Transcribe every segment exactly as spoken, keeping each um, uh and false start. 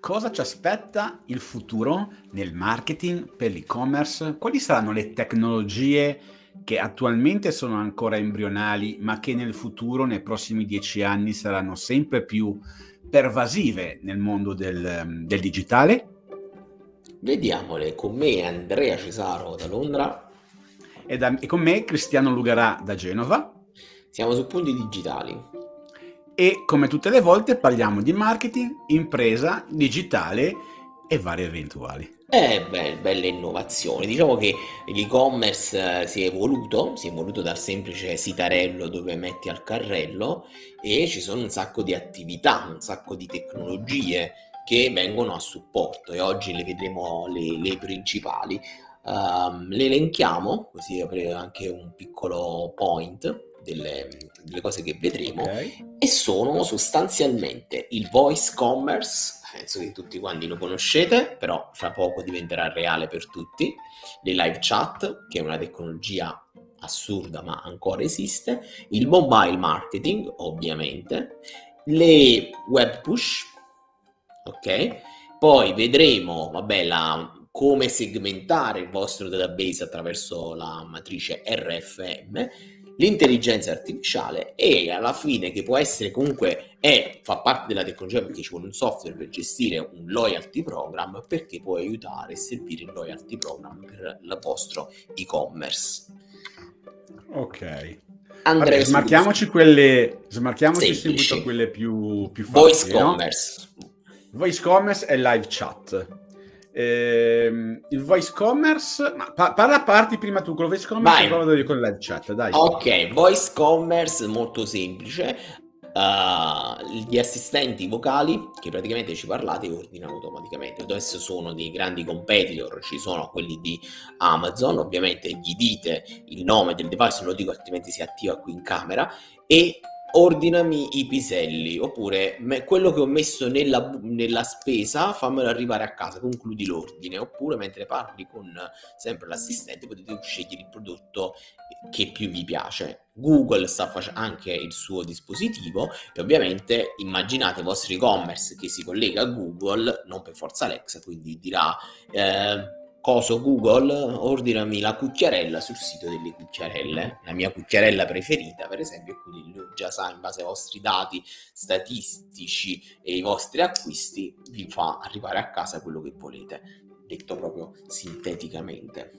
Cosa ci aspetta il futuro nel marketing per l'e-commerce? Quali saranno le tecnologie che attualmente sono ancora embrionali, ma che nel futuro, nei prossimi dieci anni, saranno sempre più pervasive nel mondo del, del digitale? Vediamole, con me Andrea Cesaro da Londra. E, da- e con me Cristiano Lugarà da Genova. Siamo su Punti Digitali. E come tutte le volte parliamo di marketing, impresa, digitale e vari eventuali. Eh, beh, belle innovazioni. Diciamo che l'e-commerce eh, si è evoluto, si è evoluto dal semplice sitarello dove metti al carrello e ci sono un sacco di attività, un sacco di tecnologie che vengono a supporto e oggi le vedremo le, le principali. Ehm, le elenchiamo, così avremo anche un piccolo point delle, delle cose che vedremo. Ok? E sono sostanzialmente il voice commerce, penso che tutti quanti lo conoscete, però fra poco diventerà reale per tutti, le live chat, che è una tecnologia assurda ma ancora esiste, il mobile marketing, ovviamente, le web push, ok? Poi vedremo, vabbè, la, come segmentare il vostro database attraverso la matrice R F M, l'intelligenza artificiale e alla fine, che può essere comunque è, fa parte della tecnologia perché ci vuole un software per gestire un loyalty program, perché può aiutare e servire il loyalty program per il vostro e-commerce. Ok. Vabbè, Andrei subito smarchiamoci quelle, smarchiamoci subito semplici. quelle più, più Voice facili, no? commerce. Voice commerce e live chat. Ehm, il voice commerce, ma pa- parla parti prima tu con il voice commerce Vai. e poi vado io con il live chat, dai. Ok, voice commerce molto semplice. Uh, gli assistenti vocali che praticamente ci parlate e ordinano automaticamente. Adesso sono dei grandi competitor, ci sono quelli di Amazon, ovviamente gli dite il nome del device, non lo dico altrimenti si attiva qui in camera, e ordinami i piselli, oppure me, quello che ho messo nella, nella spesa fammelo arrivare a casa, concludi l'ordine, oppure mentre parli con sempre l'assistente potete scegliere il prodotto che più vi piace. Google sta facendo anche il suo dispositivo e ovviamente immaginate i vostri e-commerce che si collega a Google, non per forza Alexa, quindi dirà eh, coso Google, ordinami la cucchiarella sul sito delle cucchiarelle, la mia cucchiarella preferita per esempio, e quindi lui già sa in base ai vostri dati statistici e i vostri acquisti vi fa arrivare a casa quello che volete, detto proprio sinteticamente.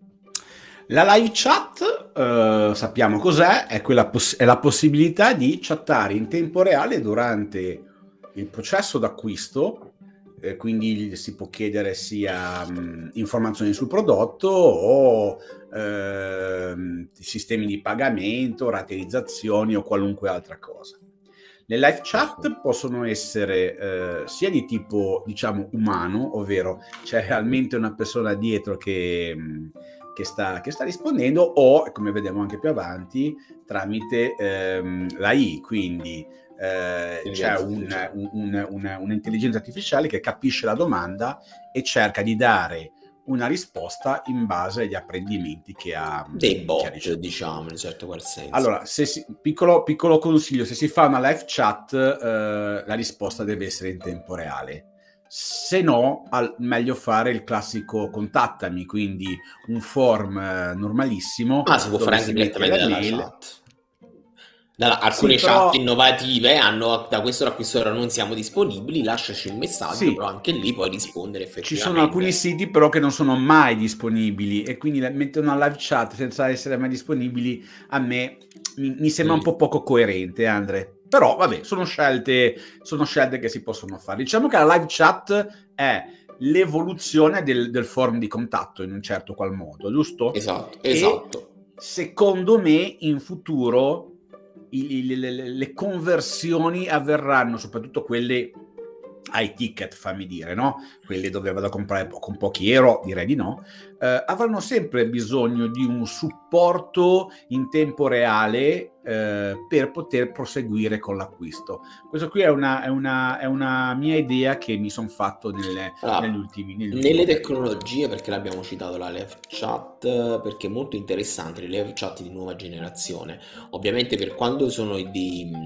La live chat, eh, sappiamo cos'è, è, quella poss- è la possibilità di chattare in tempo reale durante il processo d'acquisto, eh, quindi si può chiedere sia mh, informazioni sul prodotto o ehm, sistemi di pagamento, rateizzazioni o qualunque altra cosa. Le live chat possono essere eh, sia di tipo, diciamo, umano, ovvero c'è realmente una persona dietro che... Mh, Che sta, che sta rispondendo, o come vedremo anche più avanti tramite ehm, l'A I, quindi eh, c'è un, un, un, un, un'intelligenza artificiale che capisce la domanda e cerca di dare una risposta in base agli apprendimenti che ha, dei che ha bot, ricevuto. diciamo, in un certo qual senso. Allora, se si, piccolo, piccolo consiglio, se si fa una live chat eh, la risposta deve essere in tempo reale. Se no, al, meglio fare il classico contattami, quindi un form eh, normalissimo Ah, si può dove fare anche si mette direttamente la dalla mail. chat. Dalla, alcune Sì, chat però innovative hanno da questo ora a quest'ora non siamo disponibili, lasciaci un messaggio, sì, però anche lì puoi rispondere ci sono alcuni effettivamente. siti però che non sono mai disponibili e quindi mettere una live chat senza essere mai disponibili a me mi, mi sembra un Mm. po' poco coerente, Andre. Però vabbè, sono scelte, sono scelte che si possono fare. Diciamo che la live chat è l'evoluzione del, del form di contatto in un certo qual modo, giusto? Esatto, E esatto. secondo me in futuro i, le, le, le conversioni avverranno, soprattutto quelle ai ticket, fammi dire, no? Quelli dove vado a comprare con pochi euro, direi di no, eh, avranno sempre bisogno di un supporto in tempo reale eh, per poter proseguire con l'acquisto. Questo qui è una, è una, è una mia idea che mi sono fatto nelle, negli Allora, ultimi, negli ultimi nelle periodi. tecnologie, perché l'abbiamo citato la live chat, perché è molto interessante, le live chat di nuova generazione. Ovviamente per quando sono dei,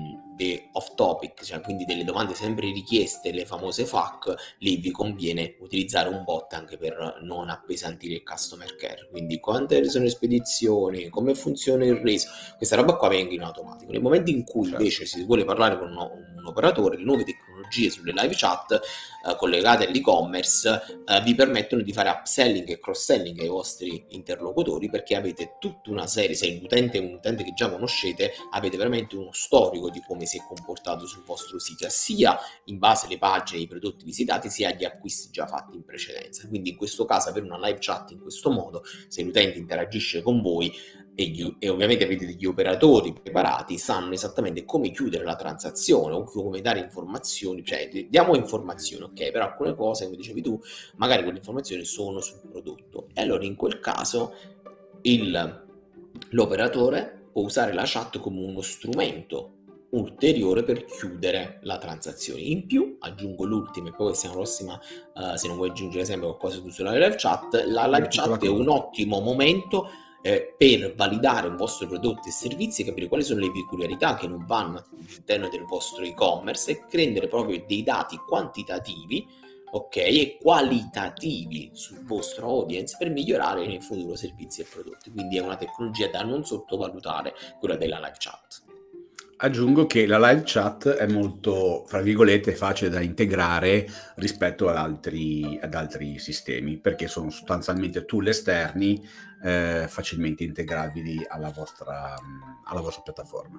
domande off topic, cioè quindi delle domande sempre richieste, le famose F A Q, lì vi conviene utilizzare un bot anche per non appesantire il customer care. Quindi quante sono le spedizioni, come funziona il reso, questa roba qua venga in automatico. Nel momento in cui Certo. invece si vuole parlare con un, un operatore, le nuove tecnologie sulle live chat eh, collegate all'e-commerce eh, vi permettono di fare upselling e cross-selling ai vostri interlocutori, perché avete tutta una serie, se l'utente è un utente che già conoscete, avete veramente uno storico di come si è comportato sul vostro sito, sia in base alle pagine, ai prodotti visitati, sia agli acquisti già fatti in precedenza. Quindi in questo caso avere una live chat in questo modo, se l'utente interagisce con voi e, gli, e ovviamente avete degli operatori preparati, sanno esattamente come chiudere la transazione o come dare informazioni, cioè diamo informazioni, ok, però alcune cose, come dicevi tu, magari quelle informazioni sono sul prodotto, e allora in quel caso il, l'operatore può usare la chat come uno strumento ulteriore per chiudere la transazione. In più aggiungo l'ultima, e poi se la prossima uh, se non vuoi aggiungere sempre qualcosa tu sulla live chat, la live chat è un ottimo momento eh, per validare un vostro prodotto e servizi e capire quali sono le peculiarità che non vanno all'interno del vostro e-commerce e prendere proprio dei dati quantitativi, ok, e qualitativi sul vostro audience per migliorare nel futuro servizi e prodotti. Quindi è una tecnologia da non sottovalutare, quella della live chat. Aggiungo che la live chat è molto, fra virgolette, facile da integrare rispetto ad altri, ad altri sistemi, perché sono sostanzialmente tool esterni eh, facilmente integrabili alla vostra, alla vostra piattaforma.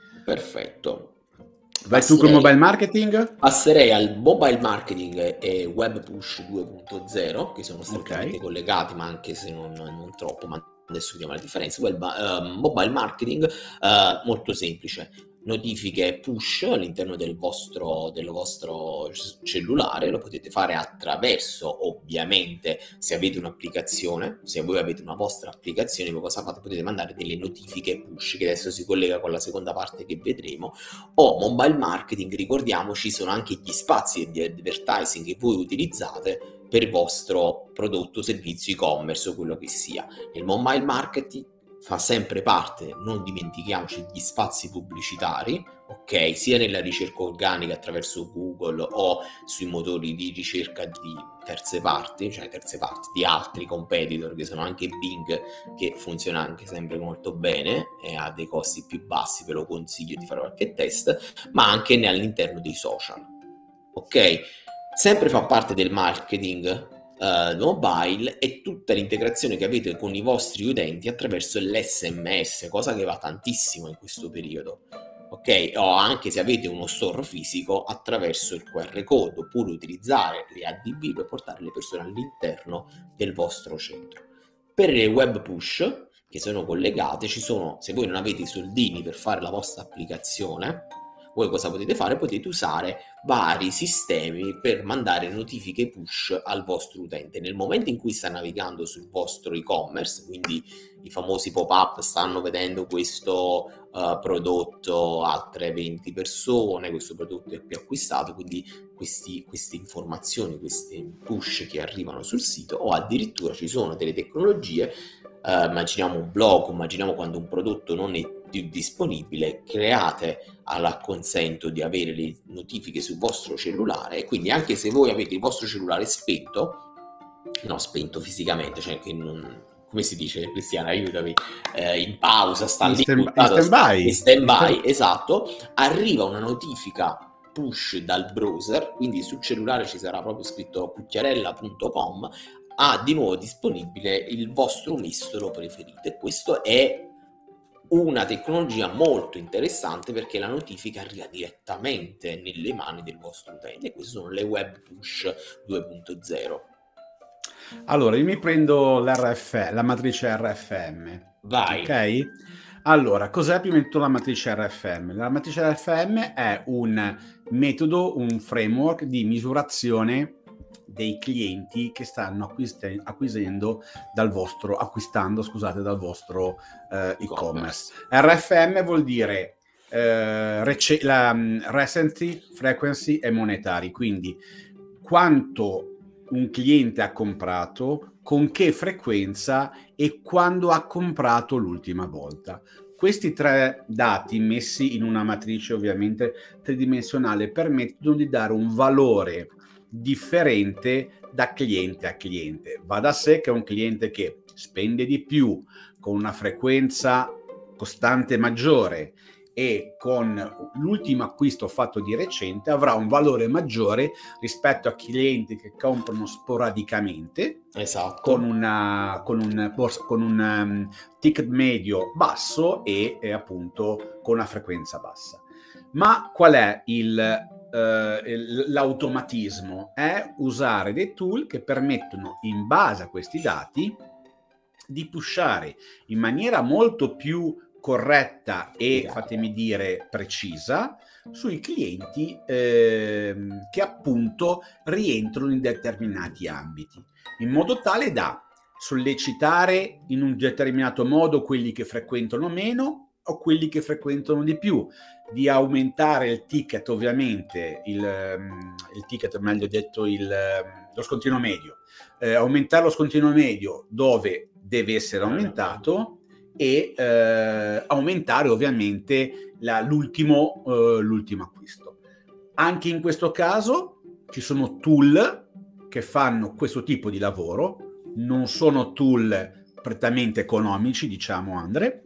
Perfetto. Vai tu con mobile marketing? Passerei al mobile marketing e web push due punto zero, che sono strettamente Okay. collegati, ma anche se non, non troppo, ma adesso vediamo la differenza. Web, uh, mobile marketing uh, molto semplice, notifiche push all'interno del vostro, del vostro cellulare, lo potete fare attraverso, ovviamente, se avete un'applicazione, se voi avete una vostra applicazione, voi cosa fate? Potete mandare delle notifiche push, che adesso si collega con la seconda parte che vedremo. O mobile marketing, ricordiamoci, sono anche gli spazi di advertising che voi utilizzate per il vostro prodotto, servizio, e-commerce o quello che sia. Nel mobile marketing fa sempre parte, non dimentichiamoci, gli spazi pubblicitari, ok, sia nella ricerca organica attraverso Google o sui motori di ricerca di terze parti, cioè terze parti di altri competitor, che sono anche Bing, che funziona anche sempre molto bene e ha dei costi più bassi, ve lo consiglio di fare qualche test, ma anche all'interno dei social, ok? Sempre fa parte del marketing Uh, mobile e tutta l'integrazione che avete con i vostri utenti attraverso l'esse emme esse, cosa che va tantissimo in questo periodo, ok? O anche se avete uno store fisico, attraverso il cu erre code, oppure utilizzare le a di bi per portare le persone all'interno del vostro centro. Per le web push che sono collegate, ci sono, se voi non avete i soldini per fare la vostra applicazione, voi cosa potete fare? Potete usare vari sistemi per mandare notifiche push al vostro utente. Nel momento in cui sta navigando sul vostro e-commerce, quindi i famosi pop-up, stanno vedendo questo uh, prodotto altre venti persone, questo prodotto è più acquistato, quindi questi, queste informazioni, questi push che arrivano sul sito, o addirittura ci sono delle tecnologie, uh, immaginiamo un blog, immaginiamo quando un prodotto non è più disponibile, create all'acconsento di avere le notifiche sul vostro cellulare, e quindi anche se voi avete il vostro cellulare spento, no spento fisicamente, cioè che non, come si dice, Cristiana, aiutami, eh, in pausa, sta In lì stand, buttato, in stand-by. in stand-by, esatto, arriva una notifica push dal browser, quindi sul cellulare ci sarà proprio scritto cucchiarella punto com, ha di nuovo disponibile il vostro mestolo preferito, e questo è una tecnologia molto interessante perché la notifica arriva direttamente nelle mani del vostro utente, e queste sono le web push due punto zero. Allora, io mi prendo l'erre effe, la matrice erre effe emme. Vai. Ok? Allora, cos'è prima di tutto la matrice erre effe emme? La matrice erre effe emme è un metodo, un framework di misurazione dei clienti che stanno acquist- acquisendo dal vostro, acquistando, scusate, dal vostro eh, e-commerce. erre effe emme vuol dire eh, rece- la, um, recency, frequency e monetari, quindi quanto un cliente ha comprato, con che frequenza e quando ha comprato l'ultima volta. questi tre dati messi in una matrice ovviamente tridimensionale permettono di dare un valore differente da cliente a cliente. Va da sé che un cliente che spende di più, con una frequenza costante maggiore e con l'ultimo acquisto fatto di recente, avrà un valore maggiore rispetto a clienti che comprano sporadicamente, esatto, con, una, con un, con un um, ticket medio basso e, e appunto con una frequenza bassa. Ma qual è il, uh, l'automatismo? È usare dei tool che permettono, in base a questi dati, di pushare in maniera molto più corretta e, fatemi dire, precisa sui clienti ehm, che appunto rientrano in determinati ambiti, in modo tale da sollecitare in un determinato modo quelli che frequentano meno o quelli che frequentano di più, di aumentare il ticket, ovviamente il, il ticket, meglio detto il, lo scontrino medio, eh, aumentare lo scontrino medio dove deve essere aumentato e eh, aumentare ovviamente la, l'ultimo, eh, l'ultimo acquisto. Anche in questo caso ci sono tool che fanno questo tipo di lavoro, non sono tool prettamente economici, diciamo, Andre,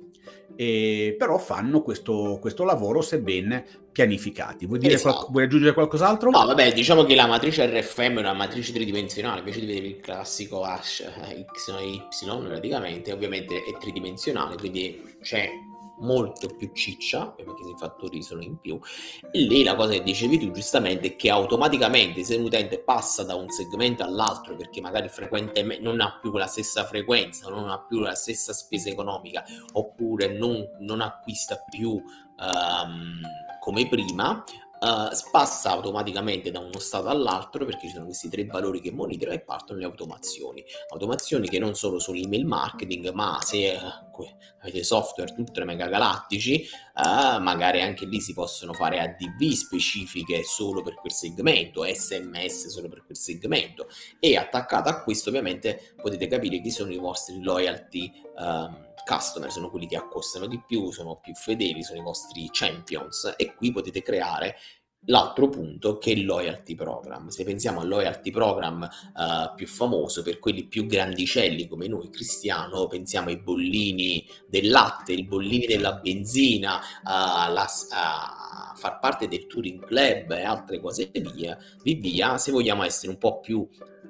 e però fanno questo, questo lavoro sebbene pianificati. Vuoi, dire esatto. qual- vuoi aggiungere qualcos'altro? No, vabbè, diciamo che la matrice R F M è una matrice tridimensionale, invece di vedere il classico hash X e Y praticamente, ovviamente è tridimensionale, quindi c'è molto più ciccia, perché i fattori sono in più, e lì la cosa che dicevi tu giustamente è che automaticamente se un utente passa da un segmento all'altro perché magari frequentemente non ha più la stessa frequenza, non ha più la stessa spesa economica, oppure non, non acquista più um, come prima, Uh, passa automaticamente da uno stato all'altro, perché ci sono questi tre valori che monitorano e partono le automazioni. Automazioni che non solo sull'email marketing, ma se uh, avete software ultra mega galattici, uh, magari anche lì si possono fare A D V specifiche solo per quel segmento, S M S solo per quel segmento, e attaccato a questo ovviamente potete capire chi sono i vostri loyalty um, customer, sono quelli che accostano di più, sono più fedeli, sono i vostri champions, e qui potete creare l'altro punto che è il loyalty program. Se pensiamo al loyalty program uh, più famoso per quelli più grandicelli come noi Cristiano, pensiamo ai bollini del latte, i bollini della benzina, a uh, uh, far parte del touring club e altre cose via, di via. Se vogliamo essere un po' più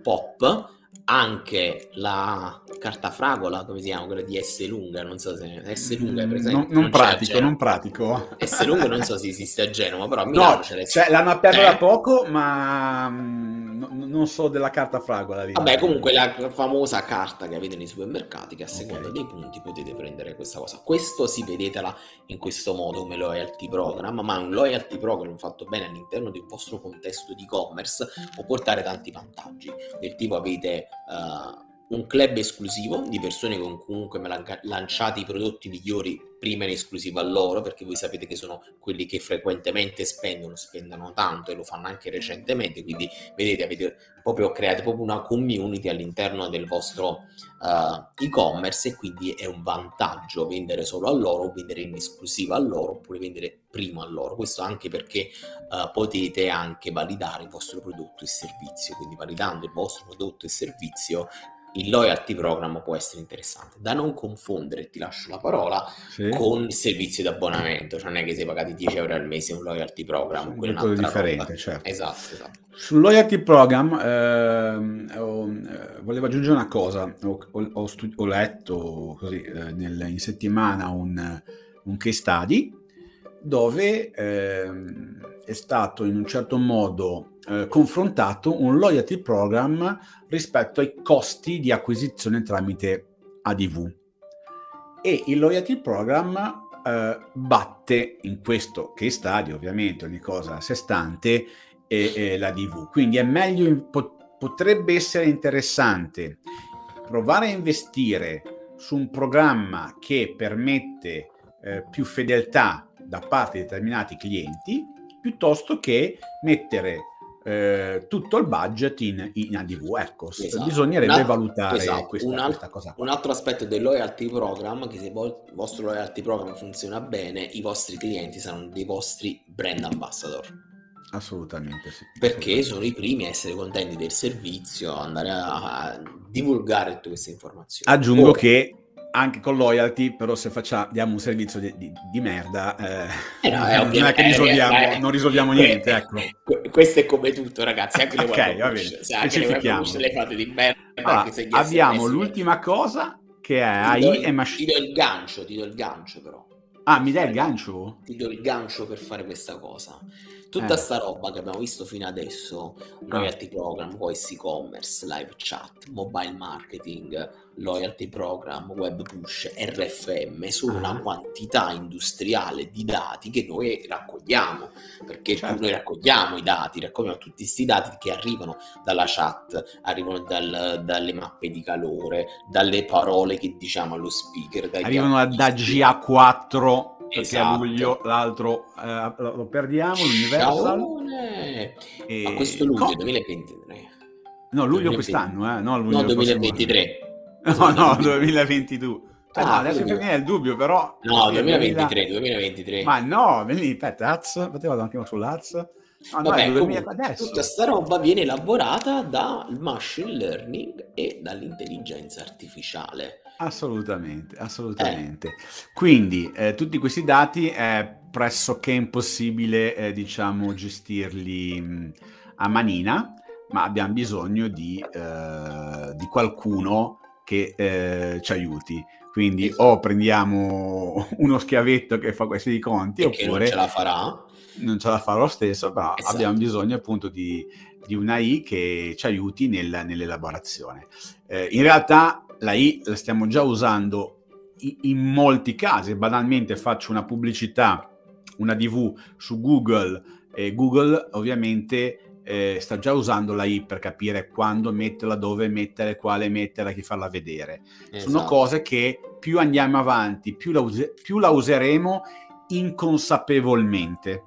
pop, anche la carta fragola, come si chiama, quella di S lunga, non so se S lunga è presente, non, non, non pratico, non pratico. S lunga non so se esiste a Genova, però a Milano no, c'è cioè, l'hanno aperta eh? da poco, ma mh, non so della carta fragola lì. Vabbè, comunque la famosa carta che avete nei supermercati, che a seconda okay. dei punti potete prendere questa cosa. Questo si vedetela in questo modo come loyalty program, ma un loyalty program fatto bene all'interno del vostro contesto di e-commerce può portare tanti vantaggi, del tipo avete uh, un club esclusivo di persone con comunque lanciate i prodotti migliori prima in esclusiva a loro, perché voi sapete che sono quelli che frequentemente spendono, spendono tanto e lo fanno anche recentemente, quindi vedete, avete proprio creato proprio una community all'interno del vostro uh, e-commerce, e quindi è un vantaggio vendere solo a loro, o vendere in esclusiva a loro, oppure vendere prima a loro. Questo anche perché uh, potete anche validare il vostro prodotto e servizio, quindi validando il vostro prodotto e servizio il loyalty program può essere interessante. Da non confondere, ti lascio la parola, sì. con il servizio di abbonamento, cioè non è che se pagate dieci euro al mese un loyalty program, quello è un'altra differente, roba. Certo. Esatto, esatto. Sul loyalty program eh, ho, eh, volevo aggiungere una cosa. Ho, ho, studi- ho letto così eh, nel, in settimana un, un case study dove eh, è stato in un certo modo eh, confrontato un loyalty program rispetto ai costi di acquisizione tramite A D V, e il loyalty program eh, batte in questo case study, ovviamente ogni cosa a sé stante, e, e l'A D V, quindi è meglio, pot- potrebbe essere interessante provare a investire su un programma che permette eh, più fedeltà da parte di determinati clienti, piuttosto che mettere eh, tutto il budget in, in A D V. Ecco, Esatto. bisognerebbe Una- valutare esatto. questa, Un, al- questa cosa qua. un altro aspetto del loyalty program, che se vo- il vostro loyalty program funziona bene, i vostri clienti saranno dei vostri brand ambassador. Assolutamente sì. Perché Assolutamente. sono i primi a essere contenti del servizio, andare a, a divulgare tutte queste informazioni. Aggiungo Ora, che anche con loyalty, però se facciamo diamo un servizio di, di, di merda, eh, eh no, è non è ovviamente- che risolviamo, eh, eh, non risolviamo que- niente, ecco. que- questo è come tutto, ragazzi, anche le Ok, web va push, bene, se anche le web specifichiamo. push le fate di merda, Allora, anche se gli abbiamo S M S l'ultima cosa che è ti do, A I il, e ti machine. do il gancio, ti do il gancio però. Ah, mi dai Per il fare- gancio? Ti do il gancio per fare questa cosa. Tutta Eh. sta roba che abbiamo visto fino adesso, loyalty program, voice e-commerce, live chat, mobile marketing, loyalty program, web push, R F M, sono Ah. una quantità industriale di dati che noi raccogliamo, perché Certo. noi raccogliamo i dati, raccogliamo tutti questi dati che arrivano dalla chat, arrivano dal- dalle mappe di calore, dalle parole che diciamo allo speaker, dagli Arrivano da acquisti. G A quattro, perché Esatto. a luglio l'altro eh, lo lo perdiamo, l'Universal. Ciaone! E Ma questo luglio co- duemilaventitré. No, luglio duemilaventi quest'anno, eh, no, luglio No, del prossimo duemilaventitré. anno. No, no, duemilaventidue. Cioè, Ah, no, adesso quindi- mi viene il dubbio, però... No, sì, duemilaventitré, duemila duemilaventitré. Ma no, vedi, aspetta, Az, poteva un attimo sull'Az. No, no, Vabbè, è duemila comunque, adesso. tutta sta roba viene elaborata dal machine learning e dall'intelligenza artificiale. Assolutamente, assolutamente. Quindi eh, tutti questi dati è pressoché impossibile, eh, diciamo, gestirli mh, a manina, ma abbiamo bisogno di, eh, di qualcuno che eh, ci aiuti. Quindi Esatto. o prendiamo uno schiavetto che fa questi conti, E che non oppure ce la farà. non ce la fa lo stesso, però Esatto. abbiamo bisogno appunto di, di una I che ci aiuti nel- nell'elaborazione. Eh, in realtà la I la stiamo già usando i- in molti casi. Banalmente faccio una pubblicità, una D V su Google, e Google ovviamente eh, sta già usando la I per capire quando metterla, dove mettere, quale metterla, chi farla vedere. Sono Esatto. cose che più andiamo avanti, più la, use- più la useremo inconsapevolmente.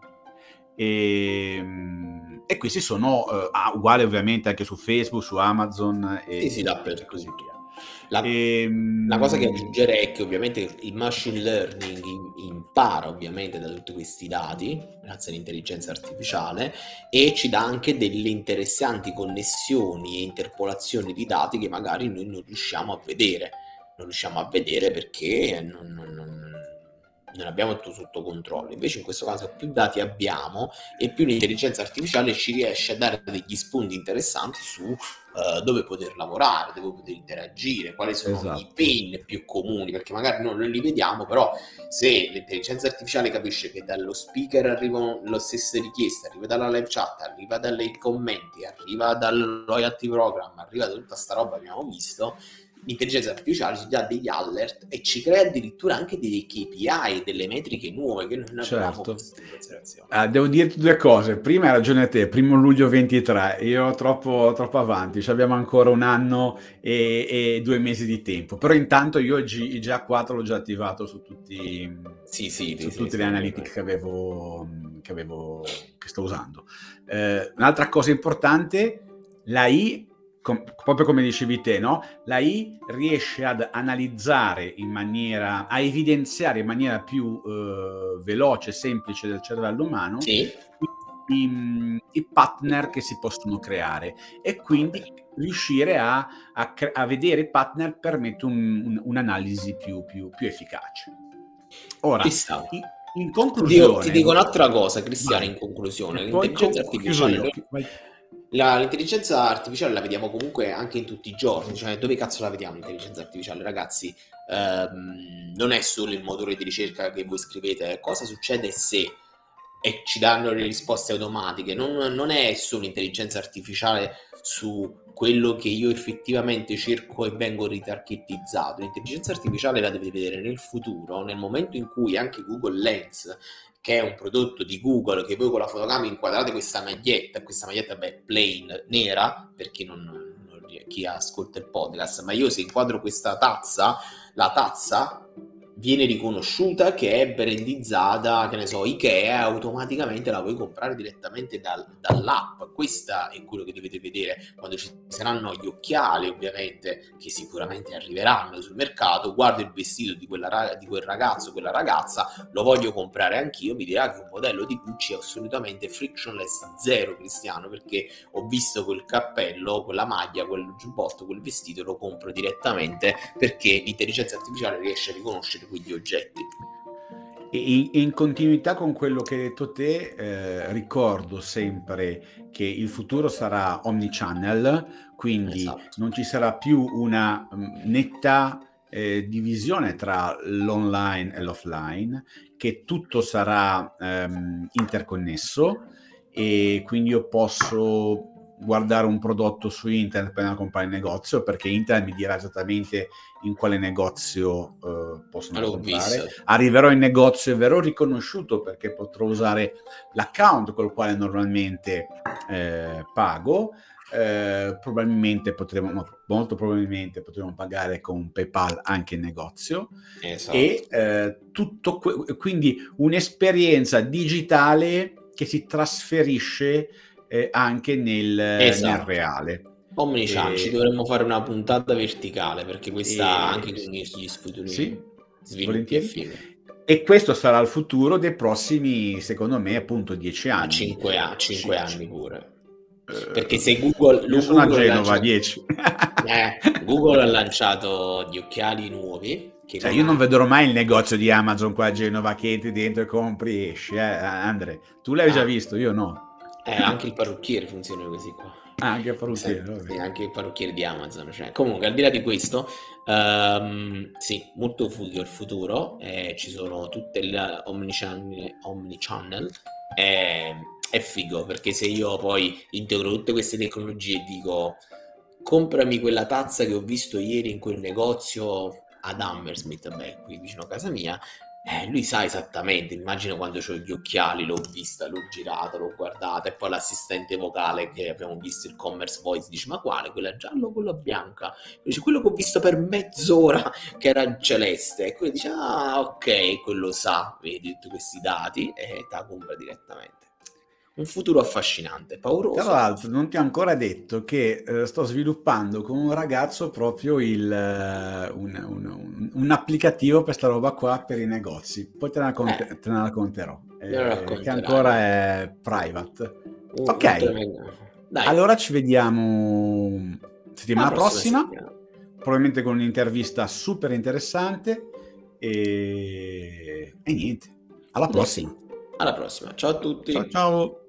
E, e questi sono eh, ah, uguali ovviamente anche su Facebook, su Amazon e, Sì, sì, e dappertutto. così via. La, E, la cosa che aggiungerei è che ovviamente il machine learning in- impara ovviamente da tutti questi dati, grazie all'intelligenza artificiale, e ci dà anche delle interessanti connessioni e interpolazioni di dati che magari noi non riusciamo a vedere. Non riusciamo a vedere perché non, non- non- non abbiamo tutto sotto controllo. Invece in questo caso più dati abbiamo e più l'intelligenza artificiale ci riesce a dare degli spunti interessanti su eh, dove poter lavorare, dove poter interagire, quali sono Esatto. i pain più comuni, perché magari noi non li vediamo, però se l'intelligenza artificiale capisce che dallo speaker arrivano le stesse richieste, arriva dalla live chat, arriva dai commenti, arriva dal loyalty program, arriva da tutta sta roba che abbiamo visto, l'intelligenza artificiale ci dà degli alert e ci crea addirittura anche dei K P I, delle metriche nuove che noi non avevamo Certo. visto in considerazione. Ah, devo dirti due cose. Prima hai ragione te, primo luglio ventitré, io troppo, troppo avanti, ci abbiamo ancora un anno e, e due mesi di tempo, però intanto io il G- il G A quattro l'ho già attivato su tutti, Sì, sì, su sì, tutte sì, le sì, analytics sì. che avevo, che avevo, che sto usando. Eh, un'altra cosa importante, la I, com- proprio come dicevi te, no? La I riesce ad analizzare in maniera, a evidenziare in maniera più eh, veloce e semplice del cervello umano Sì. i, i partner che si possono creare e quindi riuscire a, a, cre- a vedere i partner permette un- un- un'analisi più, più, più efficace. Ora, Ci sta. in, in Ti dico, conclusione... ti dico un'altra cosa, Cristiano, Vai. in conclusione. E poi L'intelligenza co- chiuso artificiale, gli occhi. Vai. la- l'intelligenza artificiale la vediamo comunque anche in tutti i giorni, cioè dove cazzo la vediamo l'intelligenza artificiale, ragazzi? Ehm, non è solo il motore di ricerca che voi scrivete, cosa succede se e ci danno le risposte automatiche, non, non è solo intelligenza artificiale su quello che io effettivamente cerco e vengo ritargettizzato. L'intelligenza artificiale la deve vedere nel futuro, nel momento in cui anche Google Lens, che è un prodotto di Google, che voi con la fotocamera inquadrate questa maglietta, questa maglietta beh, plain, nera, perché non, non chi ascolta il podcast, ma io se inquadro questa tazza, la tazza viene riconosciuta che è brandizzata, che ne so, Ikea, automaticamente la puoi comprare direttamente dal, dall'app. Questa è quello che dovete vedere quando ci saranno gli occhiali, ovviamente, che sicuramente arriveranno sul mercato. Guardo il vestito di, quella, di quel ragazzo, quella ragazza, lo voglio comprare anch'io, mi dirà che un modello di Gucci è assolutamente frictionless, zero, Cristiano, perché ho visto quel cappello, quella maglia, quel giubbotto, quel vestito, lo compro direttamente perché l'intelligenza artificiale riesce a riconoscere quegli oggetti. E in, in continuità con quello che hai detto te, eh, ricordo sempre che il futuro sarà omnichannel, quindi Esatto. non ci sarà più una um, netta eh, divisione tra l'online e l'offline, che tutto sarà um, interconnesso, e quindi io posso guardare un prodotto su internet prima di comprare in negozio, perché internet mi dirà esattamente in quale negozio eh, possono L'ho comprare. visto. Arriverò in negozio e verrò riconosciuto perché potrò usare l'account col quale normalmente eh, pago. Eh, probabilmente potremo, no, molto probabilmente potremo pagare con PayPal anche in negozio. Esatto. E eh, tutto que- quindi un'esperienza digitale che si trasferisce eh, anche nel, Esatto. nel reale. Omnichannel, E, ci dovremmo fare una puntata verticale, perché questa anche e, con gli futuri sì, sviluppi è volentieri. figo. E questo sarà il futuro dei prossimi, secondo me, appunto dieci A anni. cinque Ci- anni ci- pure. eh, Perché se Google, io sono a Google Genova, lancia- dieci. eh, Google ha lanciato gli occhiali nuovi, che Cioè, non io non ha... vedrò mai il negozio di Amazon qua a Genova che entri dentro e compri e esci, eh, Andre. Tu l'hai già Ah, visto, io no. eh, anche il parrucchiere funziona così qua. Ah, anche a Mi sa- parrucchiere, vabbè. sì, anche il parrucchiere di Amazon. Cioè. Comunque, al di là di questo, ehm, sì, molto figo il futuro. Eh, ci sono tutte le omnichannel, omnichannel eh, è figo, perché se io poi integro tutte queste tecnologie e dico comprami quella tazza che ho visto ieri in quel negozio ad Hammersmith, beh, qui vicino a casa mia, eh, lui sa esattamente, immagino quando ho gli occhiali, l'ho vista, l'ho girata, l'ho guardata, e poi l'assistente vocale che abbiamo visto, il Commerce Voice, dice ma quale, quella gialla o quella bianca? Dice quello che ho visto per mezz'ora che era celeste, e quello dice ah ok, quello sa, vedi tutti questi dati e te la compra direttamente. Un futuro affascinante, Tra pauroso. l'altro, non ti ho ancora detto che eh, sto sviluppando con un ragazzo proprio il, eh, un, un- un- un applicativo per sta roba qua per i negozi. Poi te ne, racconte- Eh, te ne racconterò, me lo eh, che racconterai. ancora è private. Un, un Ok, tremendo. Dai, allora ci vediamo la settimana prossima prossima, settimana. probabilmente con un'intervista super interessante. E, e niente, alla Eh sì. prossima. Alla prossima. Ciao a tutti. Ciao ciao.